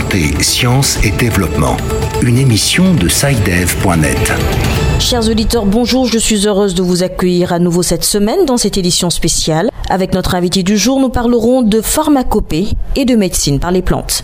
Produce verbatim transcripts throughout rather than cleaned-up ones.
Santé, Sciences et Développement, une émission de scidev point net. Chers auditeurs, bonjour, je suis heureuse de vous accueillir à nouveau cette semaine dans cette édition spéciale. Avec notre invité du jour, nous parlerons de pharmacopée et de médecine par les plantes.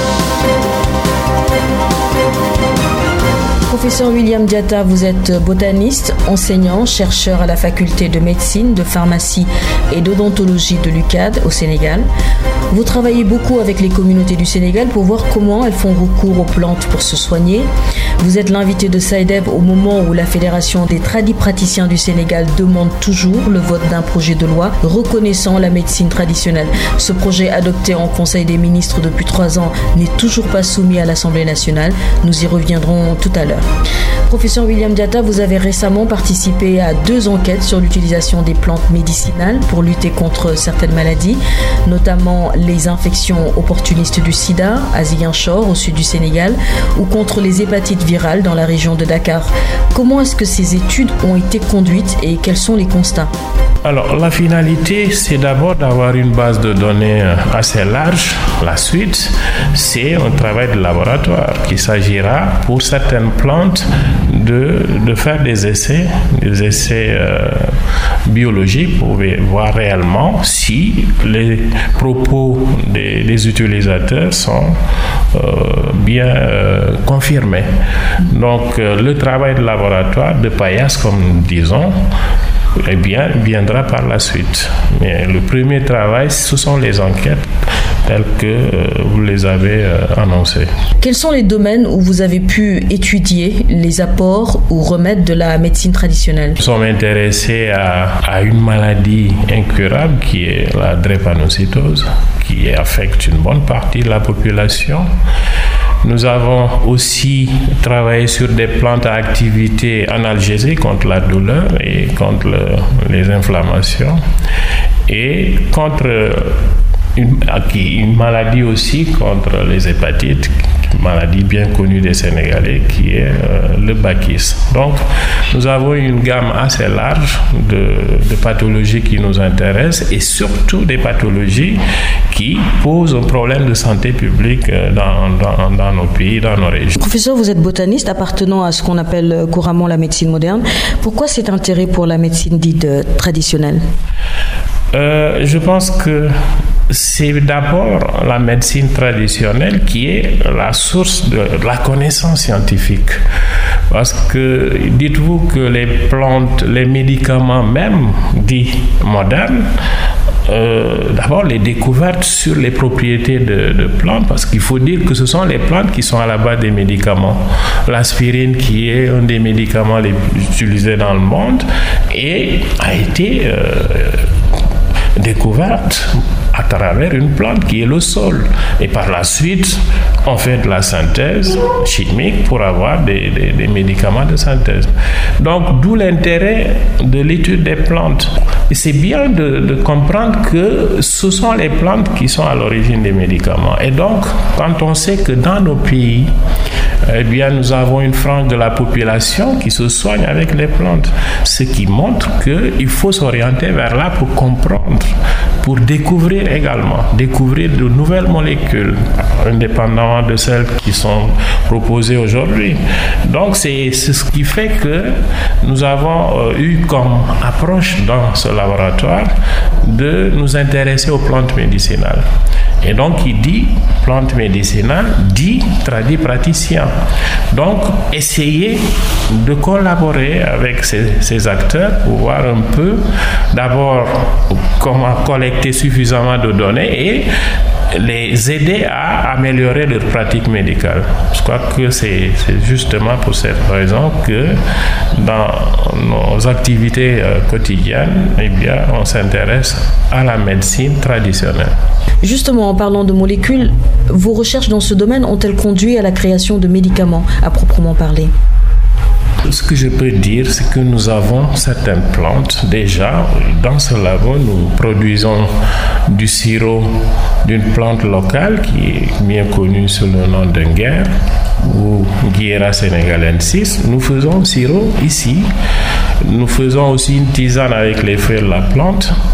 Professeur William Diatta, vous êtes botaniste, enseignant, chercheur à la faculté de médecine, de pharmacie et d'odontologie de l'U C A D au Sénégal. Vous travaillez beaucoup avec les communautés du Sénégal pour voir comment elles font recours aux plantes pour se soigner. Vous êtes l'invité de SciDev au moment où la Fédération des tradipraticiens du Sénégal demande toujours le vote d'un projet de loi reconnaissant la médecine traditionnelle. Ce projet, adopté en Conseil des ministres depuis trois ans, n'est toujours pas soumis à l'Assemblée nationale. Nous y reviendrons tout à l'heure. Professeur William Diatta, vous avez récemment participé à deux enquêtes sur l'utilisation des plantes médicinales pour lutter contre certaines maladies, notamment les infections opportunistes du sida à Ziguinchor, au sud du Sénégal, ou contre les hépatites virales dans la région de Dakar. Comment est-ce que ces études ont été conduites et quels sont les constats ? Alors, la finalité, c'est d'abord d'avoir une base de données assez large. La suite, c'est un travail de laboratoire qu'il s'agira pour certaines plantes de, de faire des essais, des essais euh, biologiques pour voir réellement si les propos des, des utilisateurs sont euh, bien euh, confirmés. Donc, euh, le travail de laboratoire, de paillasse, comme nous disons, eh bien, viendra par la suite. Mais le premier travail, ce sont les enquêtes telles que euh, vous les avez euh, annoncées. Quels sont les domaines où vous avez pu étudier les apports ou remèdes de la médecine traditionnelle ? Nous sommes intéressés à, à une maladie incurable qui est la drépanocytose, qui affecte une bonne partie de la population. Nous avons aussi travaillé sur des plantes à activité analgésique contre la douleur et contre le, les inflammations et contre une, une maladie aussi contre les hépatites, une maladie bien connue des Sénégalais qui est euh, le Bakis. Donc, nous avons une gamme assez large de, de pathologies qui nous intéressent et surtout des pathologies qui posent un problème de santé publique dans, dans, dans nos pays, dans nos régions. Professeur, vous êtes botaniste appartenant à ce qu'on appelle couramment la médecine moderne. Pourquoi cet intérêt pour la médecine dite traditionnelle ? euh, Je pense que c'est d'abord la médecine traditionnelle qui est la source de la connaissance scientifique. Parce que dites-vous que les plantes, les médicaments même dits modernes, Euh, d'abord les découvertes sur les propriétés de, de plantes, parce qu'il faut dire que ce sont les plantes qui sont à la base des médicaments. L'aspirine, qui est un des médicaments les plus utilisés dans le monde, et a été euh, découverte à travers une plante qui est le saule. Et par la suite, on fait de la synthèse chimique pour avoir des, des, des médicaments de synthèse. Donc, d'où l'intérêt de l'étude des plantes. Et c'est bien de, de comprendre que ce sont les plantes qui sont à l'origine des médicaments. Et donc, quand on sait que dans nos pays, eh bien, nous avons une frange de la population qui se soigne avec les plantes, ce qui montre qu'il faut s'orienter vers là pour comprendre, pour découvrir également, découvrir de nouvelles molécules, indépendamment de celles qui sont proposées aujourd'hui. Donc, c'est, c'est ce qui fait que nous avons euh, eu comme approche dans ce laboratoire de nous intéresser aux plantes médicinales. Et donc, il dit plante médicinale, dit tradipraticien. Donc, essayer de collaborer avec ces, ces acteurs pour voir un peu, d'abord, comment collecter suffisamment de données et les aider à améliorer leur pratique médicale. Je crois que c'est, c'est justement pour cette raison que dans nos activités euh, quotidiennes, eh bien, on s'intéresse à la médecine traditionnelle. Justement, en parlant de molécules, vos recherches dans ce domaine ont-elles conduit à la création de médicaments à proprement parler ? Ce que je peux dire, c'est que nous avons certaines plantes. Déjà, dans ce labo, nous produisons du sirop d'une plante locale qui est bien connue sous le nom d'Enguer ou Guiera senegalensis. Nous faisons sirop ici. Nous faisons aussi une tisane avec les feuilles de la plante.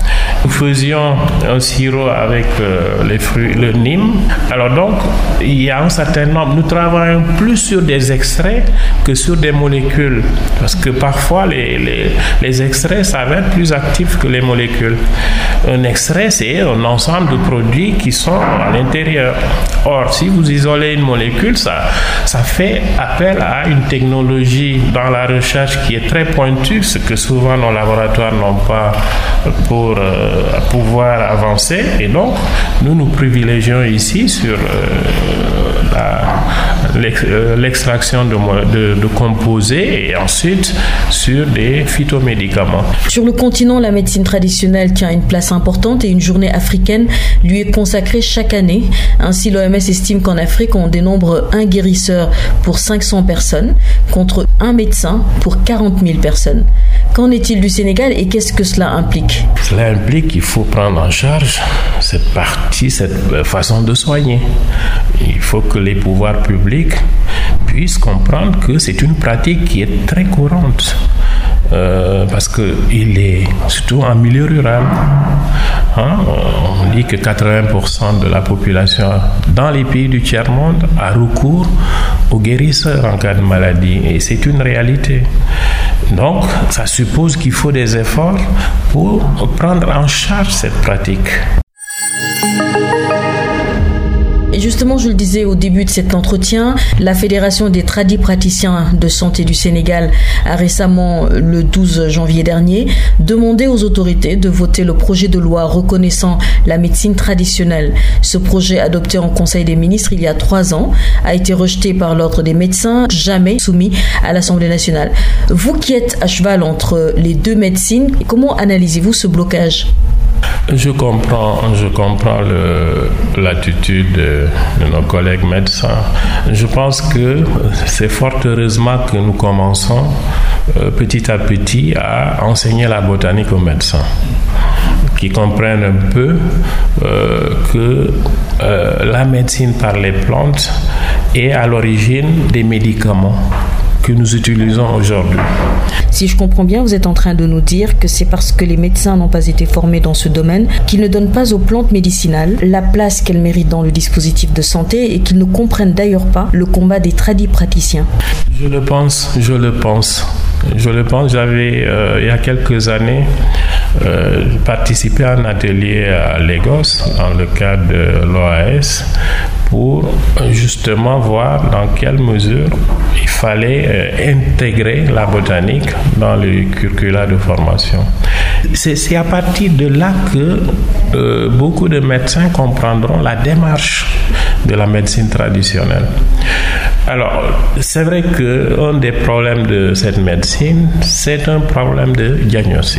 Nous faisions un sirop avec euh, les fruits, le Nîmes. Alors donc, il y a un certain nombre. Nous travaillons plus sur des extraits que sur des molécules. Parce que parfois, les, les, les extraits s'avèrent plus actifs que les molécules. Un extrait, c'est un ensemble de produits qui sont à l'intérieur. Or, si vous isolez une molécule, ça, ça fait appel à une technologie dans la recherche qui est très pointue, ce que souvent nos laboratoires n'ont pas pour euh, pouvoir avancer. Et donc, nous nous privilégions ici sur euh, la, l'ex, euh, l'extraction de, de, de composés et ensuite sur des phytomédicaments. Sur le continent, la médecine traditionnelle tient une place importante et une journée africaine lui est consacrée chaque année. Ainsi, l'O M S estime qu'en Afrique, on dénombre un guérisseur pour cinq cents personnes contre un médecin pour quarante mille personnes. Qu'en est-il du Sénégal et qu'est-ce que cela implique? Cela implique qu'il faut prendre en charge cette partie, cette façon de soigner. Il faut que les pouvoirs publics puissent comprendre que c'est une pratique qui est très courante. Euh, parce qu'il est surtout en milieu rural. Hein, on dit que quatre-vingts pour cent de la population dans les pays du tiers-monde a recours aux guérisseurs en cas de maladie. Et c'est une réalité. Donc, ça suppose qu'il faut des efforts pour prendre en charge cette pratique. Et justement, je le disais au début de cet entretien, la Fédération des tradipraticiens de santé du Sénégal a récemment, le douze janvier dernier, demandé aux autorités de voter le projet de loi reconnaissant la médecine traditionnelle. Ce projet, adopté en Conseil des ministres il y a trois ans, a été rejeté par l'Ordre des médecins, jamais soumis à l'Assemblée nationale. Vous qui êtes à cheval entre les deux médecines, comment analysez-vous ce blocage ? Je comprends, je comprends le, l'attitude de, de nos collègues médecins. Je pense que c'est fort heureusement que nous commençons euh, petit à petit à enseigner la botanique aux médecins, qui comprennent un peu euh, que euh, la médecine par les plantes est à l'origine des médicaments que nous utilisons aujourd'hui. Si je comprends bien, vous êtes en train de nous dire que c'est parce que les médecins n'ont pas été formés dans ce domaine qu'ils ne donnent pas aux plantes médicinales la place qu'elles méritent dans le dispositif de santé et qu'ils ne comprennent d'ailleurs pas le combat des tradipraticiens. Je le pense, je le pense. Je le pense, j'avais, euh, il y a quelques années, euh, participé à un atelier à Lagos dans le cadre de l'O A S pour justement voir dans quelle mesure il fallait euh, intégrer la botanique dans le curricula de formation. C'est, c'est à partir de là que euh, beaucoup de médecins comprendront la démarche de la médecine traditionnelle. Alors, c'est vrai qu'un des problèmes de cette médecine, c'est un problème de diagnostic.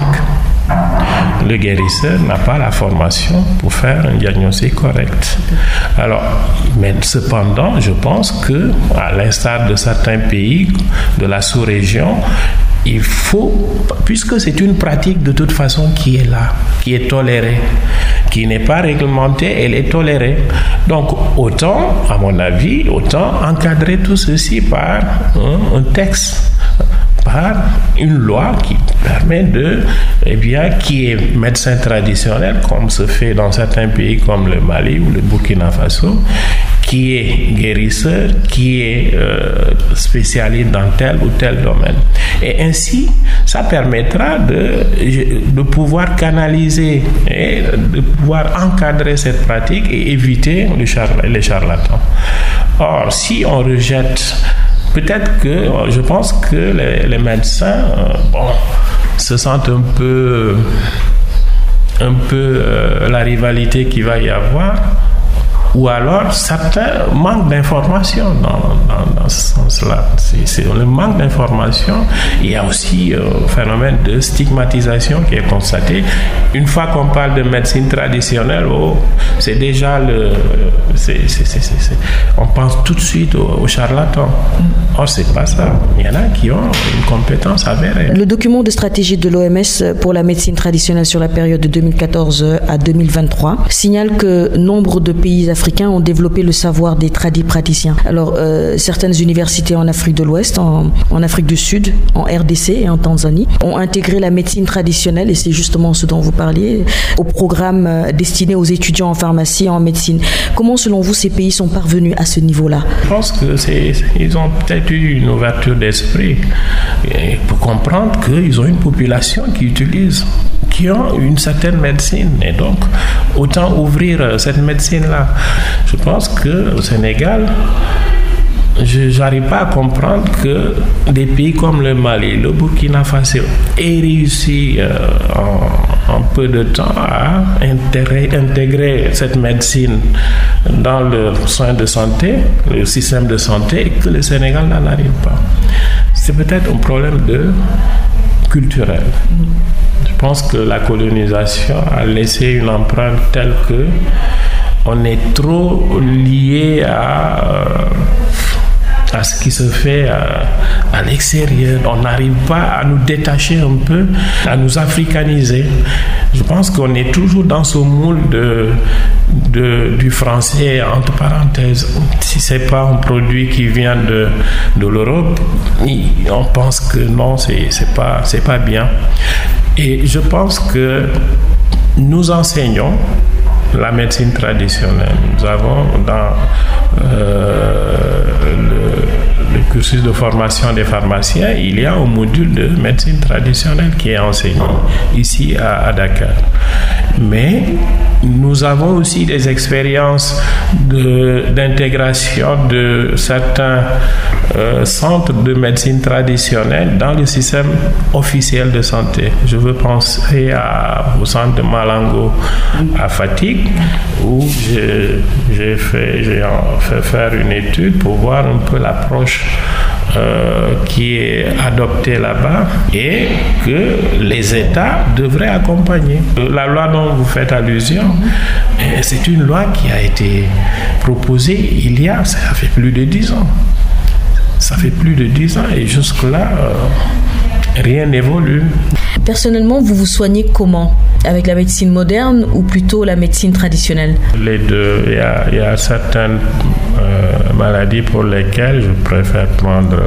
Le guérisseur n'a pas la formation pour faire un diagnostic correct. Alors, mais cependant, je pense que, à l'instar de certains pays de la sous-région, il faut, puisque c'est une pratique de toute façon qui est là, qui est tolérée, qui n'est pas réglementée, elle est tolérée. Donc, autant, à mon avis, autant encadrer tout ceci par hein, un texte, par une loi qui permet de, eh bien, qui est médecin traditionnel, comme se fait dans certains pays comme le Mali ou le Burkina Faso, qui est guérisseur, qui est euh, spécialiste dans tel ou tel domaine. Et ainsi, ça permettra de, de pouvoir canaliser et de pouvoir encadrer cette pratique et éviter le charla- les charlatans. Or, si on rejette, peut-être que, je pense que les, les médecins euh, bon, se sentent un peu, un peu euh, la rivalité qu'il va y avoir, ou alors certains manquent d'informations dans, dans, dans ce sens-là. C'est, c'est le manque d'informations. Il y a aussi un euh, phénomène de stigmatisation qui est constaté. Une fois qu'on parle de médecine traditionnelle, oh, c'est déjà le... C'est, c'est, c'est, c'est, c'est, on pense tout de suite aux, aux charlatans. Or, c'est pas ça. Il y en a qui ont une compétence avérée. Le document de stratégie de l'O M S pour la médecine traditionnelle sur la période de deux mille quatorze à deux mille vingt-trois signale que nombre de pays africains africains ont développé le savoir des tradipraticiens. Alors, euh, certaines universités en Afrique de l'Ouest, en, en Afrique du Sud, en R D C et en Tanzanie ont intégré la médecine traditionnelle, et c'est justement ce dont vous parliez, au programme euh, destiné aux étudiants en pharmacie et en médecine. Comment, selon vous, ces pays sont parvenus à ce niveau-là? Je pense que c'est, ils ont peut-être eu une ouverture d'esprit pour comprendre qu'ils ont une population qui utilise, qui ont une certaine médecine, et donc autant ouvrir cette médecine-là. Je pense qu'au Sénégal, je n'arrive pas à comprendre que des pays comme le Mali, le Burkina Faso aient réussi euh, en, en peu de temps à intégrer, intégrer cette médecine dans le soin de santé, le système de santé, et que le Sénégal n'en arrive pas. C'est peut-être un problème de culturel. Je pense que la colonisation a laissé une empreinte telle que on est trop lié à euh, à ce qui se fait à, à l'extérieur. On n'arrive pas à nous détacher un peu, à nous africaniser. Je pense qu'on est toujours dans ce moule de, de, du français, entre parenthèses. Si ce n'est pas un produit qui vient de, de l'Europe, on pense que non, ce n'est c'est pas, c'est pas bien. Et je pense que nous enseignons la médecine traditionnelle. Nous avons dans euh, le, le cursus de formation des pharmaciens, il y a un module de médecine traditionnelle qui est enseigné ici à, à Dakar. Mais nous avons aussi des expériences de, d'intégration de certains euh, centres de médecine traditionnelle dans le système officiel de santé. Je veux penser à, au centre de Malango à Fatick, où j'ai, j'ai, fait, j'ai fait faire une étude pour voir un peu l'approche Euh, qui est adopté là-bas et que les États devraient accompagner. La loi dont vous faites allusion, c'est une loi qui a été proposée il y a, ça fait plus de dix ans. Ça fait plus de dix ans et jusque-là, euh, rien n'évolue. Personnellement, vous vous soignez comment? Avec la médecine moderne ou plutôt la médecine traditionnelle? Les deux. Il y a, il y a certaines euh, maladies pour lesquelles je préfère prendre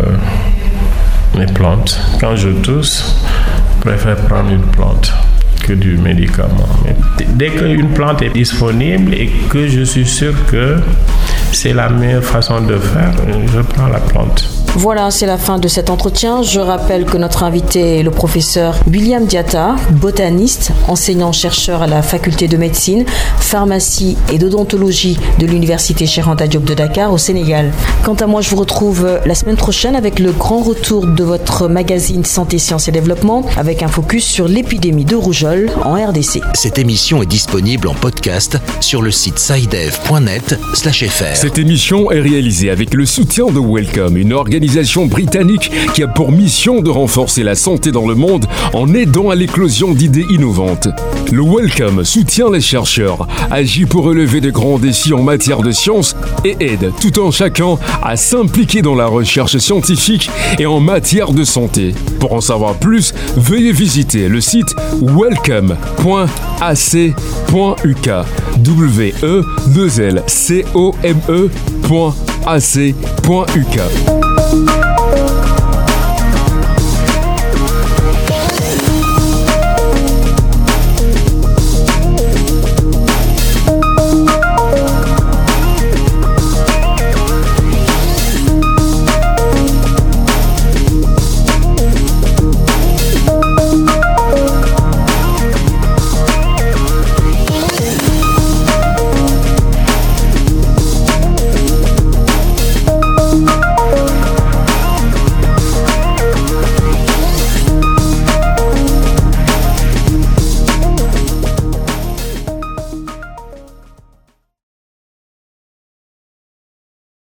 euh, les plantes. Quand je tousse, je préfère prendre une plante que du médicament. Mais dès qu'une plante est disponible et que je suis sûr que c'est la meilleure façon de faire, je prends la plante. Voilà, c'est la fin de cet entretien. Je rappelle que notre invité est le professeur William Diatta, botaniste, enseignant-chercheur à la faculté de médecine, pharmacie et d'odontologie de l'université Cheikh Anta Diop de Dakar au Sénégal. Quant à moi, je vous retrouve la semaine prochaine avec le grand retour de votre magazine Santé, Sciences et Développement, avec un focus sur l'épidémie de rougeole en R D C. Cette émission est disponible en podcast sur le site scidev point net slash f r. Cette émission est réalisée avec le soutien de Wellcome, une organisation britannique qui a pour mission de renforcer la santé dans le monde en aidant à l'éclosion d'idées innovantes. Le Wellcome soutient les chercheurs, agit pour relever de grands défis en matière de sciences et aide tout un chacun à s'impliquer dans la recherche scientifique et en matière de santé. Pour en savoir plus, veuillez visiter le site wellcome point a c point u k w e deux l c o m e point a c point u k.